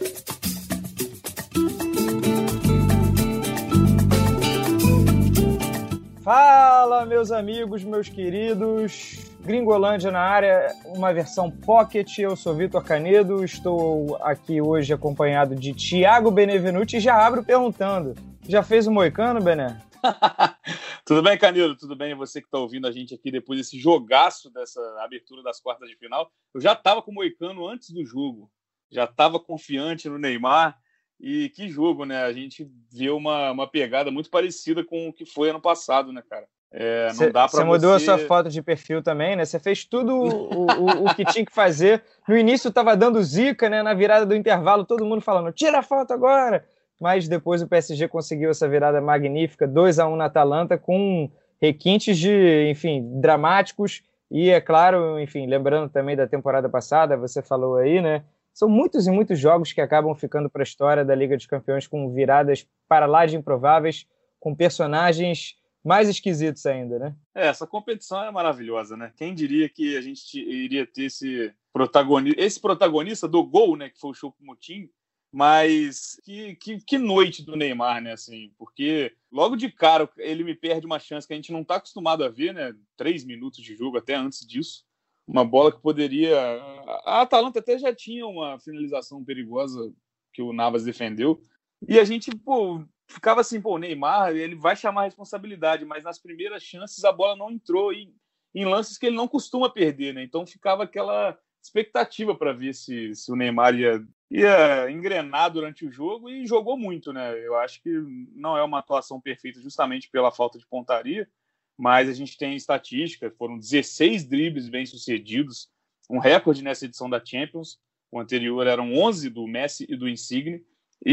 Fala, meus amigos, meus queridos. Gringolândia na área, uma versão pocket. Eu sou Vitor Canedo, estou aqui hoje acompanhado de Thiago Benevenuti e já abro perguntando: já fez o moicano, Bené? Tudo bem, Canedo? Tudo bem? Você que está ouvindo a gente aqui depois desse jogaço, dessa abertura das quartas de final. Eu já estava com o moicano antes do jogo, já estava confiante no Neymar. E que jogo, né? A gente viu uma pegada muito parecida com o que foi ano passado, né, cara? Não dá pra você mudou a sua foto de perfil também, né? Você fez tudo o que tinha que fazer. No início estava dando zica, né? Na virada do intervalo, todo mundo falando, tira a foto agora! Mas depois o PSG conseguiu essa virada magnífica, 2-1 na Atalanta, com requintes de, enfim, dramáticos. E, é claro, enfim, lembrando também da temporada passada, você falou aí, né? São muitos e muitos jogos que acabam ficando para a história da Liga dos Campeões com viradas para lá de improváveis, com personagens mais esquisitos ainda, né? Essa competição é maravilhosa, né? Quem diria que a gente iria ter esse protagonista do gol, né? Que foi o Choupo-Moting, mas que noite do Neymar, né? Assim, porque logo de cara ele me perde uma chance que a gente não está acostumado a ver, né? 3 minutos de jogo, até antes disso. Uma bola que poderia... A Atalanta até já tinha uma finalização perigosa que o Navas defendeu. E a gente, ficava assim, o Neymar, ele vai chamar a responsabilidade, mas nas primeiras chances a bola não entrou em lances que ele não costuma perder, né? Então ficava aquela expectativa para ver se o Neymar ia engrenar durante o jogo, e jogou muito, né? Eu acho que não é uma atuação perfeita justamente pela falta de pontaria, mas a gente tem estatística, foram 16 dribles bem-sucedidos, um recorde nessa edição da Champions. O anterior eram 11 do Messi e do Insigne.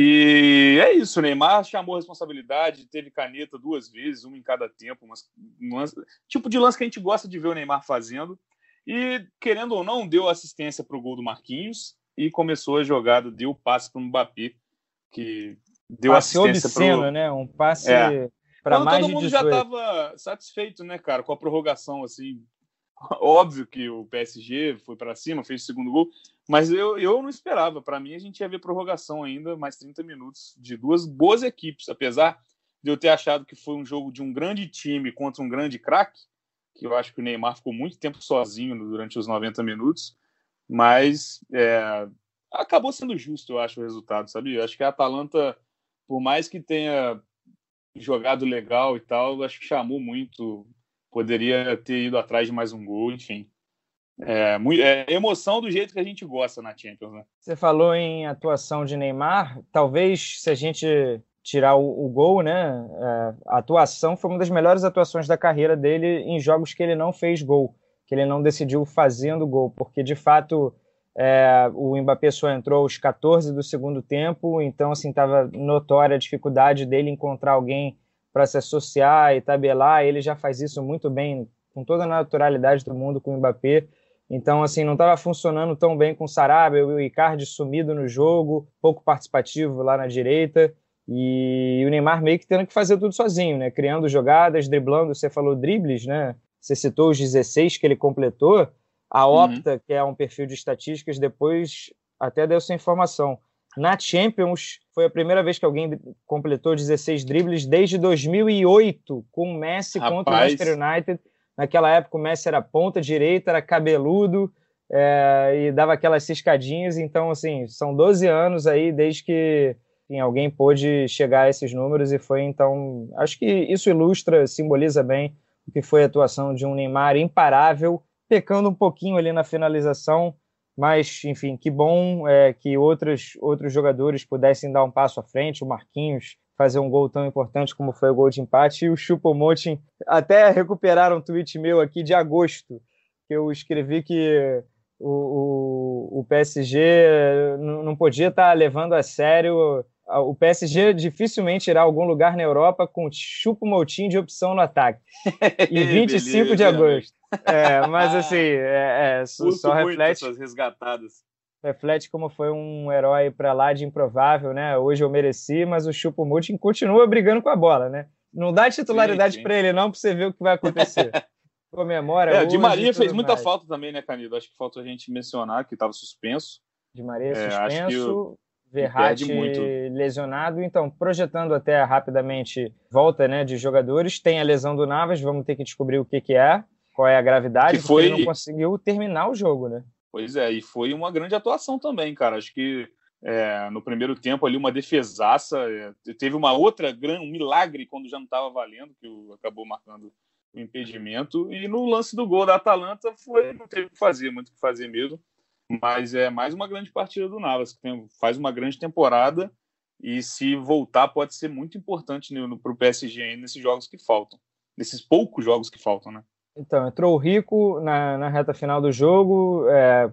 E é isso, o Neymar chamou a responsabilidade, teve caneta 2 vezes, uma em cada tempo, tipo de lance que a gente gosta de ver o Neymar fazendo. E, querendo ou não, deu assistência para o gol do Marquinhos e começou a jogada, deu passe para o Mbappé, que deu passe assistência obsceno, né? Um passe... Quando mais todo mundo 18. já estava satisfeito, né, cara, com a prorrogação, assim. Óbvio que o PSG foi para cima, fez o segundo gol, mas eu não esperava. Para mim, a gente ia ver prorrogação ainda, mais 30 minutos, de duas boas equipes, apesar de eu ter achado que foi um jogo de um grande time contra um grande craque, que eu acho que o Neymar ficou muito tempo sozinho durante os 90 minutos, mas acabou sendo justo, eu acho, o resultado, sabe? Eu acho que a Atalanta, por mais que tenha jogado legal e tal, acho que chamou muito, poderia ter ido atrás de mais um gol, enfim. Emoção do jeito que a gente gosta na Champions, né? Você falou em atuação de Neymar, talvez se a gente tirar o gol, né, a atuação foi uma das melhores atuações da carreira dele em jogos que ele não fez gol, que ele não decidiu fazendo gol, porque de fato o Mbappé só entrou aos 14 do segundo tempo, então assim estava notória a dificuldade dele encontrar alguém para se associar e tabelar. Ele já faz isso muito bem, com toda a naturalidade do mundo com o Mbappé. Então assim não estava funcionando tão bem com o Sarabia, o Icardi sumido no jogo, pouco participativo lá na direita, e o Neymar meio que tendo que fazer tudo sozinho, né? Criando jogadas, driblando. Você falou dribles, né? Você citou os 16 que ele completou. A Opta, que é um perfil de estatísticas, depois até deu essa informação. Na Champions, foi a primeira vez que alguém completou 16 dribles desde 2008, com o Messi contra o Manchester United. Naquela época, o Messi era ponta direita, era cabeludo, e dava aquelas ciscadinhas. Então, assim, são 12 anos aí desde que alguém pôde chegar a esses números, e foi, então... Acho que isso ilustra, simboliza bem o que foi a atuação de um Neymar imparável, pecando um pouquinho ali na finalização, mas, enfim, que bom que outros jogadores pudessem dar um passo à frente, o Marquinhos fazer um gol tão importante como foi o gol de empate, e o Choupo-Moting até recuperaram um tweet meu aqui de agosto, que eu escrevi que o PSG não podia estar levando a sério. O PSG dificilmente irá a algum lugar na Europa com Choupo-Moting de opção no ataque. Em 25 de agosto. Mas assim, só reflete essas resgatadas. Reflete como foi um herói para lá de improvável, né? Hoje eu mereci, mas o Choupo-Moting continua brigando com a bola, né? Não dá titularidade para ele não, para você ver o que vai acontecer. Comemora. O Di Maria fez muita falta também, né, Canido? Acho que falta a gente mencionar que estava suspenso. Di Maria suspenso. E perde Verratti muito. lesionado, então, projetando até rapidamente volta, né, de jogadores, tem a lesão do Navas, vamos ter que descobrir o que é, qual é a Que gravidade, porque ele não foi, conseguiu terminar o jogo, né? pois é, e foi uma grande atuação também, cara. Acho que no primeiro tempo ali uma defesaça, teve uma outra um milagre quando já não estava valendo, que acabou marcando o impedimento, e no lance do gol da Atalanta não teve o que fazer, muito o que fazer mesmo, mas é mais uma grande partida do Navas, que faz uma grande temporada, e se voltar pode ser muito importante para o PSG aí nesses jogos que faltam, nesses poucos jogos que faltam, né? Então, entrou o Rico na reta final do jogo.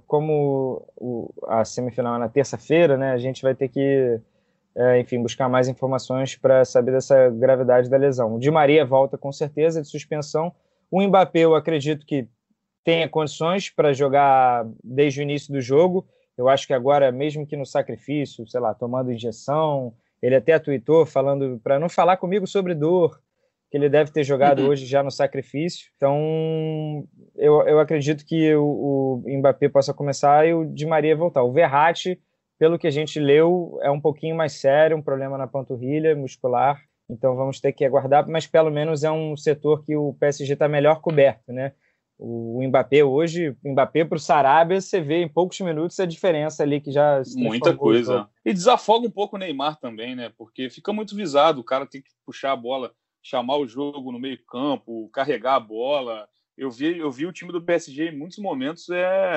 Como a semifinal é na terça-feira, né? A gente vai ter que, enfim, buscar mais informações para saber dessa gravidade da lesão. O Di Maria volta com certeza de suspensão. O Mbappé, eu acredito que tenha condições para jogar desde o início do jogo. Eu acho que agora, mesmo que no sacrifício, sei lá, tomando injeção, ele até tweetou falando para não falar comigo sobre dor, que ele deve ter jogado hoje já no sacrifício. Então, eu acredito que o Mbappé possa começar e o Di Maria voltar. O Verratti, pelo que a gente leu, é um pouquinho mais sério, um problema na panturrilha muscular. Então vamos ter que aguardar, mas pelo menos é um setor que o PSG está melhor coberto, né? O Mbappé hoje, o Mbappé para o Sarabia, você vê em poucos minutos a diferença ali que já se Muita transformou o jogo. coisa. E desafoga um pouco o Neymar também, né? Porque fica muito visado, o cara tem que puxar a bola, chamar o jogo no meio-campo, carregar a bola. Eu vi o time do PSG em muitos momentos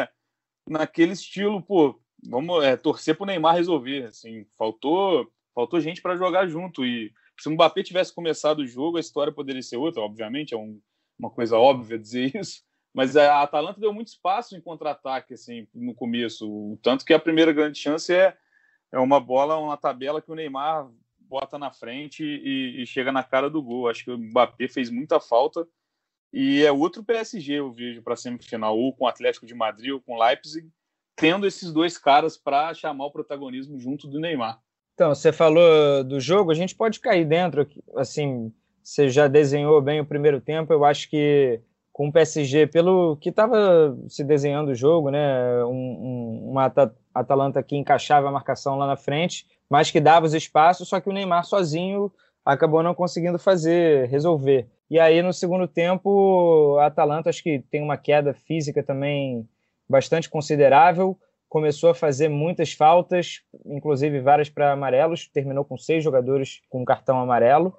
naquele estilo, pô, vamos torcer pro Neymar resolver, assim, faltou gente para jogar junto e se o Mbappé tivesse começado o jogo, a história poderia ser outra, obviamente, uma coisa óbvia dizer isso, mas a Atalanta deu muito espaço em contra-ataque, assim, no começo. Tanto que a primeira grande chance é uma bola, uma tabela que o Neymar bota na frente e chega na cara do gol. Acho que o Mbappé fez muita falta. E é outro PSG, eu vejo, para a semifinal, ou com o Atlético de Madrid ou com o Leipzig, tendo esses dois caras para chamar o protagonismo junto do Neymar. Então, você falou do jogo, a gente pode cair dentro, assim, você já desenhou bem o primeiro tempo, eu acho que com o PSG, pelo que estava se desenhando o jogo, né, uma Atalanta que encaixava a marcação lá na frente, mas que dava os espaços, só que o Neymar sozinho acabou não conseguindo resolver. E aí, no segundo tempo, a Atalanta acho que tem uma queda física também bastante considerável, começou a fazer muitas faltas, inclusive várias para amarelos, terminou com 6 jogadores com cartão amarelo.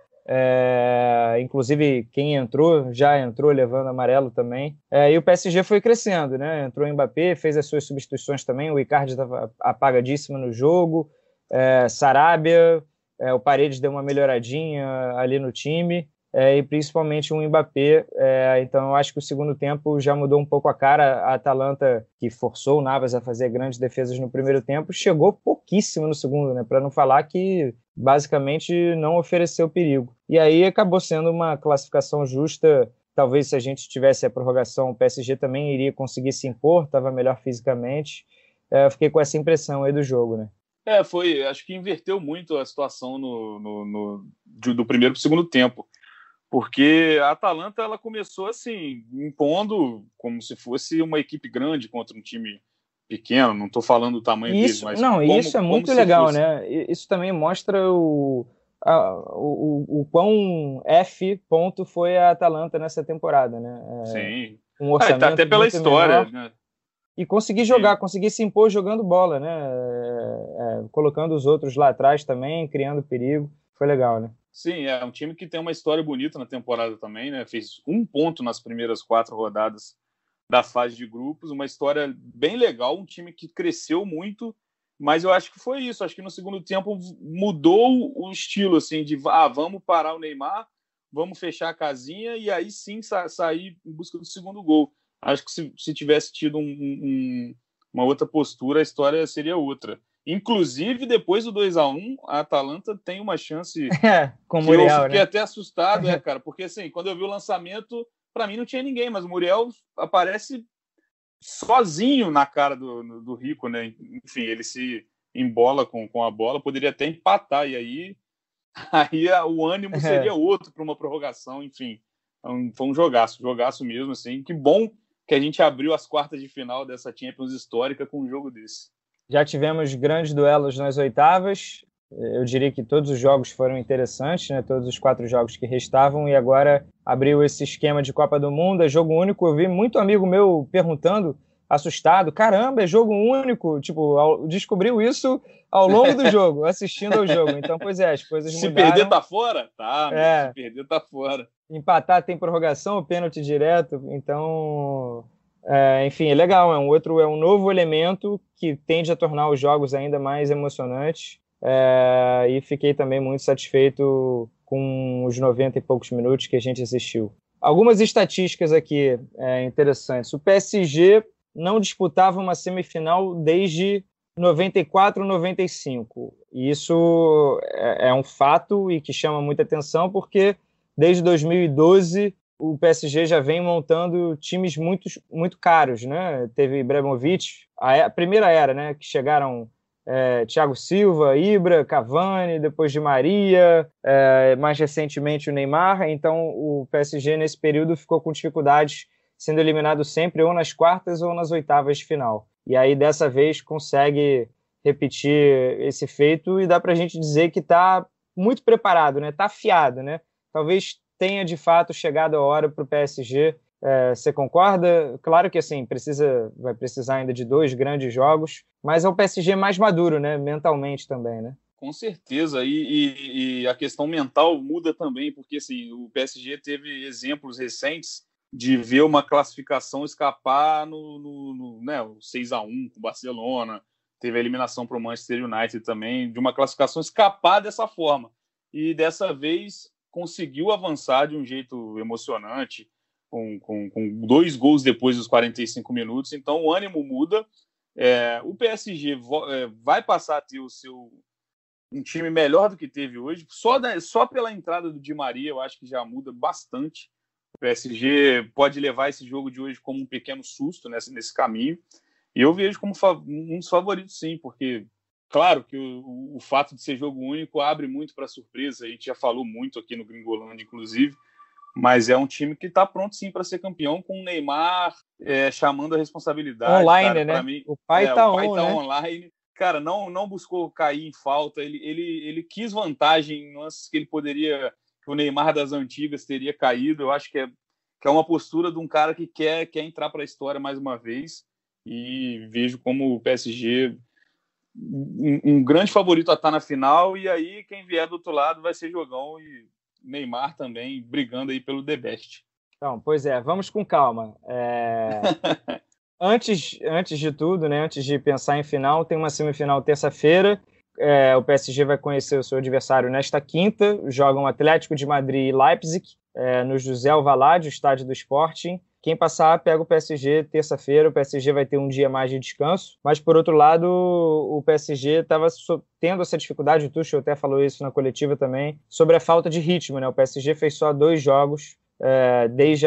Inclusive quem entrou já entrou levando amarelo também, e o PSG foi crescendo, né? Entrou o Mbappé, fez as suas substituições também, o Icardi estava apagadíssimo no jogo, Sarabia, o Paredes deu uma melhoradinha ali no time, e principalmente o Mbappé. Então eu acho que o segundo tempo já mudou um pouco a cara. A Atalanta, que forçou o Navas a fazer grandes defesas no primeiro tempo, chegou pouquíssimo no segundo, né? Para não falar que basicamente não ofereceu perigo. E aí acabou sendo uma classificação justa. Talvez se a gente tivesse a prorrogação, o PSG também iria conseguir se impor, estava melhor fisicamente. Eu fiquei com essa impressão aí do jogo, né? Acho que inverteu muito a situação do primeiro para o segundo tempo. Porque a Atalanta ela começou assim, impondo como se fosse uma equipe grande contra um time pequeno. Não estou falando do tamanho deles, mas Isso é como muito se legal, fosse. né? Isso também mostra o quão F ponto foi a Atalanta nessa temporada, né? Sim. Um Tá até orçamento pela muito história, menor né? e conseguir De, jogar, conseguir se impor jogando bola, né? Colocando os outros lá atrás também, criando perigo. Foi legal, né? sim, é um time que tem uma história bonita na temporada também, né? Fez 1 ponto nas primeiras 4 rodadas da fase de grupos, uma história bem legal, um time que cresceu muito, mas eu acho que foi isso. Acho que no segundo tempo mudou o estilo, assim, de vamos parar o Neymar, vamos fechar a casinha e aí sim sair em busca do segundo gol. Acho que se tivesse tido uma outra postura, a história seria outra. Inclusive, depois do 2-1, a Atalanta tem uma chance Com o que eu Muriel, fiquei né? até assustado, cara, porque assim, quando eu vi o lançamento, para mim não tinha ninguém, mas o Muriel aparece sozinho na cara do Rico, né? Enfim, ele se embola com a bola, poderia até empatar, e aí o ânimo seria outro para uma prorrogação, enfim. Então, foi um jogaço mesmo, assim. Que bom que a gente abriu as quartas de final dessa Champions histórica com um jogo desse. Já tivemos grandes duelos nas oitavas. Eu diria que todos os jogos foram interessantes, né? Todos os 4 jogos que restavam, e agora abriu esse esquema de Copa do Mundo, é jogo único. Eu vi muito amigo meu perguntando, assustado, caramba, é jogo único? Tipo, descobriu isso ao longo do jogo, assistindo ao jogo. Então, pois é, as coisas Se mudaram. perder, tá fora? Tá, meu, se perder, tá fora. Empatar tem prorrogação, o pênalti direto, então... enfim, é legal, é um novo elemento que tende a tornar os jogos ainda mais emocionantes. E fiquei também muito satisfeito com os 90 e poucos minutos que a gente assistiu. Algumas estatísticas aqui interessantes. O PSG não disputava uma semifinal desde 94, 95. E isso é um fato e que chama muita atenção, porque desde 2012 o PSG já vem montando times muito, muito caros, né? Teve Ibrahimovic, a primeira era, né? Que chegaram Thiago Silva, Ibra, Cavani, depois Di Maria, mais recentemente o Neymar. Então o PSG nesse período ficou com dificuldades, sendo eliminado sempre ou nas quartas ou nas oitavas de final. E aí dessa vez consegue repetir esse feito e dá para a gente dizer que está muito preparado, né? Está afiado, né? Talvez tenha de fato chegado a hora para o PSG. Você concorda? Claro que assim, vai precisar ainda de 2 grandes jogos, mas é o PSG mais maduro, né? Mentalmente também, né? Com certeza, e a questão mental muda também, porque assim, o PSG teve exemplos recentes de ver uma classificação escapar no 6-1 com o Barcelona, teve a eliminação para o Manchester United também, de uma classificação escapar dessa forma. E dessa vez conseguiu avançar de um jeito emocionante, com 2 gols depois dos 45 minutos. Então o ânimo muda. O PSG vai passar a ter um time melhor do que teve hoje. Só pela entrada do Di Maria, eu acho que já muda bastante. O PSG pode levar esse jogo de hoje como um pequeno susto nesse caminho. E eu vejo como um dos favoritos, sim, porque, claro, que o fato de ser jogo único abre muito para surpresa. A gente já falou muito aqui no Gringolândia, inclusive. Mas é um time que está pronto, sim, para ser campeão, com o Neymar chamando a responsabilidade. Online, cara, né? Mim, o pai tá né? online. Cara, não buscou cair em falta. Ele quis vantagem em lances que que o Neymar das antigas teria caído. Eu acho que é uma postura de um cara que quer entrar para a história mais uma vez. E vejo como o PSG um grande favorito a estar na final. E aí, quem vier do outro lado vai ser jogão. E Neymar também brigando aí pelo The Best. Então, pois vamos com calma. Antes de tudo, né, antes de pensar em final, tem uma semifinal terça-feira. O PSG vai conhecer o seu adversário nesta quinta. Jogam Atlético de Madrid e Leipzig, no José Alvalade, o estádio do Sporting. Quem passar pega o PSG terça-feira. O PSG vai ter um dia mais de descanso. Mas, por outro lado, o PSG estava tendo essa dificuldade, o Tuchel até falou isso na coletiva também, sobre a falta de ritmo, né? O PSG fez só 2 jogos desde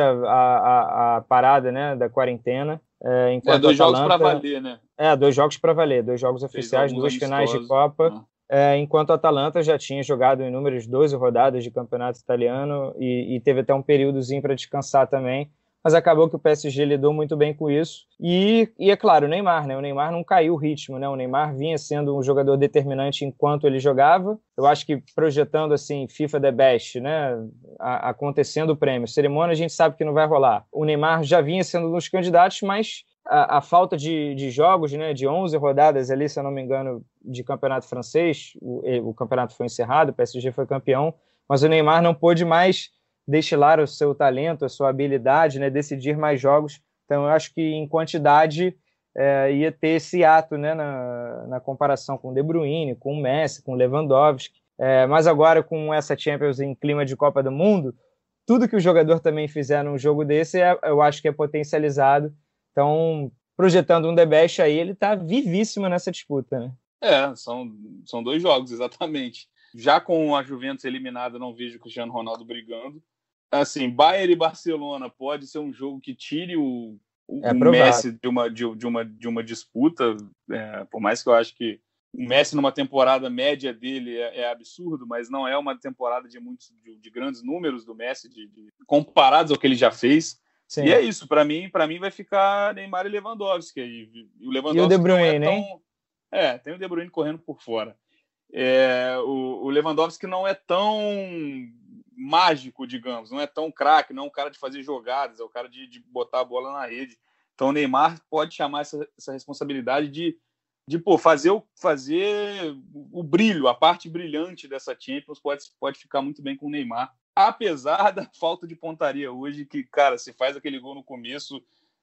a parada, né, da quarentena. Enquanto 2 jogos para valer, né? 2 jogos para valer, 2 jogos oficiais, 2 finais de Copa. Enquanto a Atalanta já tinha jogado inúmeras 12 rodadas de campeonato italiano e teve até um períodozinho para descansar também. Mas acabou que o PSG lidou muito bem com isso. E é claro, o Neymar, né? O Neymar não caiu o ritmo, né? O Neymar vinha sendo um jogador determinante enquanto ele jogava. Eu acho que projetando assim, FIFA The Best, né? Acontecendo o prêmio. Cerimônia a gente sabe que não vai rolar. O Neymar já vinha sendo um dos candidatos, mas a falta de jogos, né? De 11 rodadas ali, se eu não me engano, de campeonato francês, o campeonato foi encerrado, o PSG foi campeão, mas o Neymar não pôde mais destilar o seu talento, a sua habilidade, né, decidir mais jogos. Então, eu acho que em quantidade ia ter esse ato, né, na comparação com o De Bruyne, com o Messi, com o Lewandowski. Mas agora, com essa Champions em clima de Copa do Mundo, tudo que o jogador também fizer num jogo desse, eu acho que é potencializado. Então, projetando um The Best aí, ele está vivíssimo nessa disputa, né? São 2 jogos, exatamente. Já com a Juventus eliminada, não vejo o Cristiano Ronaldo brigando. Assim, Bayern e Barcelona pode ser um jogo que tire o Messi de uma disputa, por mais que eu acho que o Messi numa temporada média dele é absurdo, mas não é uma temporada de grandes números do Messi, comparados ao que ele já fez. Sim. E é isso, para mim vai ficar Neymar e Lewandowski. E o Lewandowski e o De Bruyne, hein? Tem o De Bruyne correndo por fora. O Lewandowski não é tão mágico, digamos, não é tão craque, não é um cara de fazer jogadas, é o cara de botar a bola na rede. Então o Neymar pode chamar essa responsabilidade de fazer o brilho, a parte brilhante dessa Champions pode ficar muito bem com o Neymar. Apesar da falta de pontaria hoje, que, cara, se faz aquele gol no começo,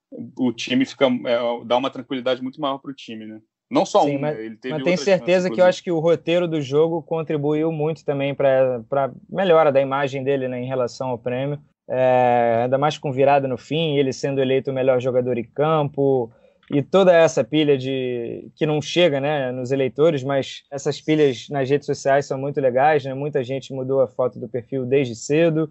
o time dá uma tranquilidade muito maior para o time, né? Não só Sim, né? Ele teve mas tenho certeza que eu acho que o roteiro do jogo contribuiu muito também para melhora da imagem dele, né, em relação ao prêmio. Ainda mais com virada no fim, ele sendo eleito o melhor jogador em campo, e toda essa pilha que não chega, né, nos eleitores, mas essas pilhas nas redes sociais são muito legais, né? Muita gente mudou a foto do perfil desde cedo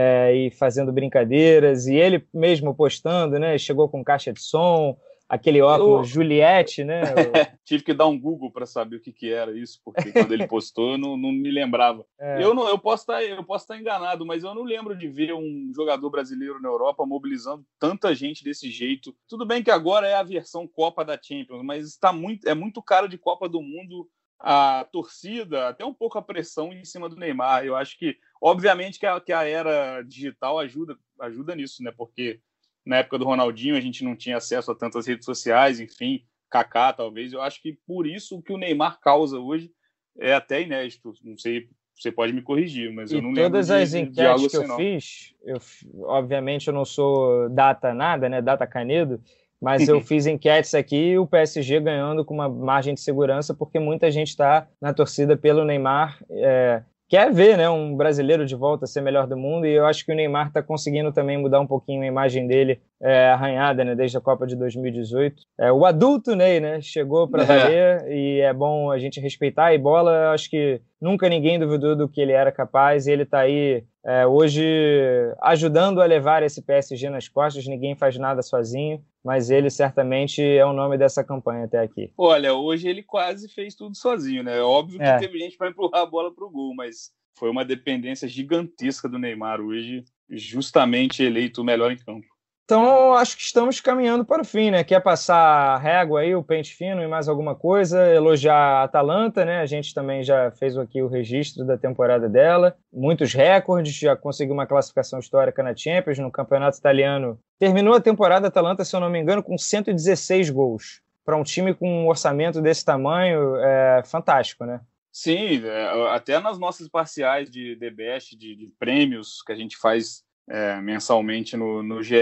e fazendo brincadeiras, e ele mesmo postando, né, chegou com caixa de som, aquele óculos Juliette, né? Tive que dar um Google para saber o que era isso, porque quando ele postou eu não me lembrava. Eu posso estar enganado, mas eu não lembro de ver um jogador brasileiro na Europa mobilizando tanta gente desse jeito. Tudo bem que agora é a versão Copa da Champions, mas é muito cara de Copa do Mundo a torcida, até um pouco a pressão em cima do Neymar. Eu acho que, obviamente, que a era digital ajuda nisso, né? Porque na época do Ronaldinho a gente não tinha acesso a tantas redes sociais, enfim, Kaká talvez. Eu acho que por isso o que o Neymar causa hoje é até inédito. Não sei, você pode me corrigir, mas eu não lembro todas as enquetes que eu fiz, obviamente eu não sou data nada, né, data Canedo, mas eu fiz enquetes aqui e o PSG ganhando com uma margem de segurança, porque muita gente está na torcida pelo Neymar, quer ver, né, um brasileiro de volta ser melhor do mundo, e eu acho que o Neymar está conseguindo também mudar um pouquinho a imagem dele, arranhada, né, desde a Copa de 2018. O adulto Ney, né, chegou para valer, e é bom a gente respeitar. E bola, acho que nunca ninguém duvidou do que ele era capaz, e ele está aí hoje ajudando a levar esse PSG nas costas. Ninguém faz nada sozinho, mas ele certamente é o nome dessa campanha até aqui. Olha, hoje ele quase fez tudo sozinho, né? Óbvio que teve gente para empurrar a bola para o gol, mas foi uma dependência gigantesca do Neymar hoje, justamente eleito o melhor em campo. Então, acho que estamos caminhando para o fim, né? Quer passar a régua aí, o pente fino e mais alguma coisa? Elogiar a Atalanta, né? A gente também já fez aqui o registro da temporada dela. Muitos recordes, já conseguiu uma classificação histórica na Champions, no Campeonato Italiano. Terminou a temporada, a Atalanta, se eu não me engano, com 116 gols. Para um time com um orçamento desse tamanho, é fantástico, né? Sim, até nas nossas parciais de The Best, de prêmios que a gente faz mensalmente no GE,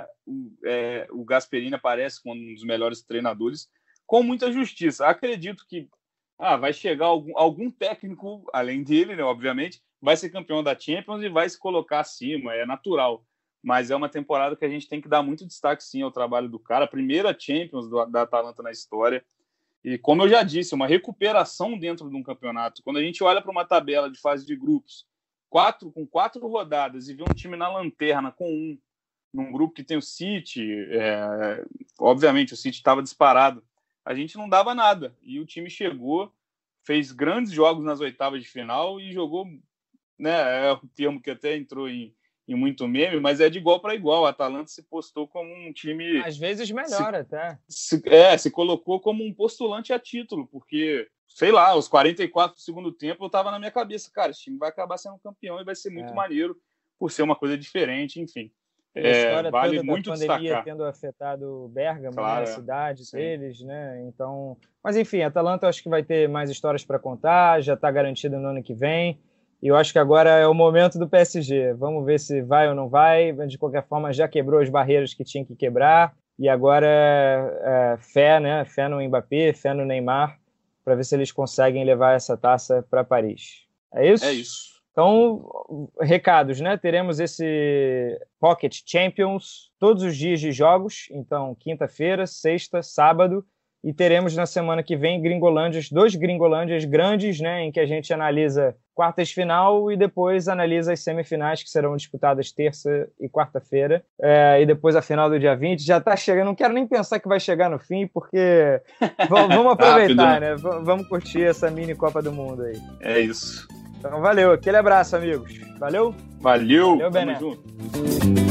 o Gasperini aparece como um dos melhores treinadores, com muita justiça. Acredito que vai chegar algum técnico, além dele, né, obviamente, vai ser campeão da Champions e vai se colocar acima, é natural. Mas é uma temporada que a gente tem que dar muito destaque, sim, ao trabalho do cara. A primeira Champions da Atalanta na história. E, como eu já disse, uma recuperação dentro de um campeonato. Quando a gente olha para uma tabela de fase de grupos, com 4 rodadas, e vê um time na lanterna com num grupo que tem o City, obviamente o City estava disparado, a gente não dava nada. E o time chegou, fez grandes jogos nas oitavas de final e jogou, né, é um termo que até entrou em muito meme, mas é de igual para igual. A Atalanta se postou como um time... Às vezes melhor até. Se colocou como um postulante a título, porque, sei lá, aos 44 do segundo tempo eu estava na minha cabeça, cara, esse time vai acabar sendo campeão e vai ser muito maneiro por ser uma coisa diferente, enfim. A história vale toda muito da pandemia destacar. Tendo afetado Bérgamo, Claro, né, a cidade deles, né? Então, mas enfim, a Atalanta eu acho que vai ter mais histórias para contar, já está garantida no ano que vem. E eu acho que agora é o momento do PSG. Vamos ver se vai ou não vai. De qualquer forma, já quebrou as barreiras que tinha que quebrar. E agora fé, né? Fé no Mbappé, fé no Neymar, para ver se eles conseguem levar essa taça para Paris. É isso? É isso. Então, recados, né? Teremos esse Pocket Champions todos os dias de jogos. Então, quinta-feira, sexta, sábado. E teremos na semana que vem Gringolândias, 2 Gringolândias grandes, né, em que a gente analisa quartas de final e depois analisa as semifinais, que serão disputadas terça e quarta-feira. E depois a final do dia 20. Já está chegando, não quero nem pensar que vai chegar no fim, porque vamos aproveitar, né? Vamos curtir essa mini Copa do Mundo aí. É isso. Então valeu, aquele abraço, amigos. Valeu? Valeu, Bené. Tamo junto.